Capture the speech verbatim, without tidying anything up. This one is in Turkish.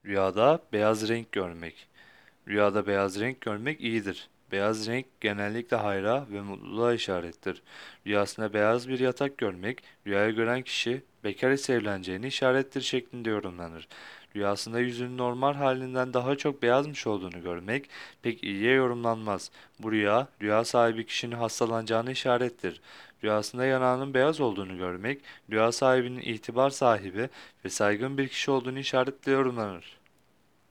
Rüyada beyaz renk görmek. Rüyada beyaz renk görmek iyidir. Beyaz renk genellikle hayra ve mutluluğa işarettir. Rüyasında beyaz bir yatak görmek, rüyayı gören kişi bekar ise evleneceğini işarettir şeklinde yorumlanır. Rüyasında yüzünün normal halinden daha çok beyazmış olduğunu görmek pek iyiye yorumlanmaz. Bu rüya, rüya sahibi kişinin hastalanacağını işarettir. Rüyasında yanağının beyaz olduğunu görmek, rüya sahibinin itibar sahibi ve saygın bir kişi olduğunu işaretle yorumlanır.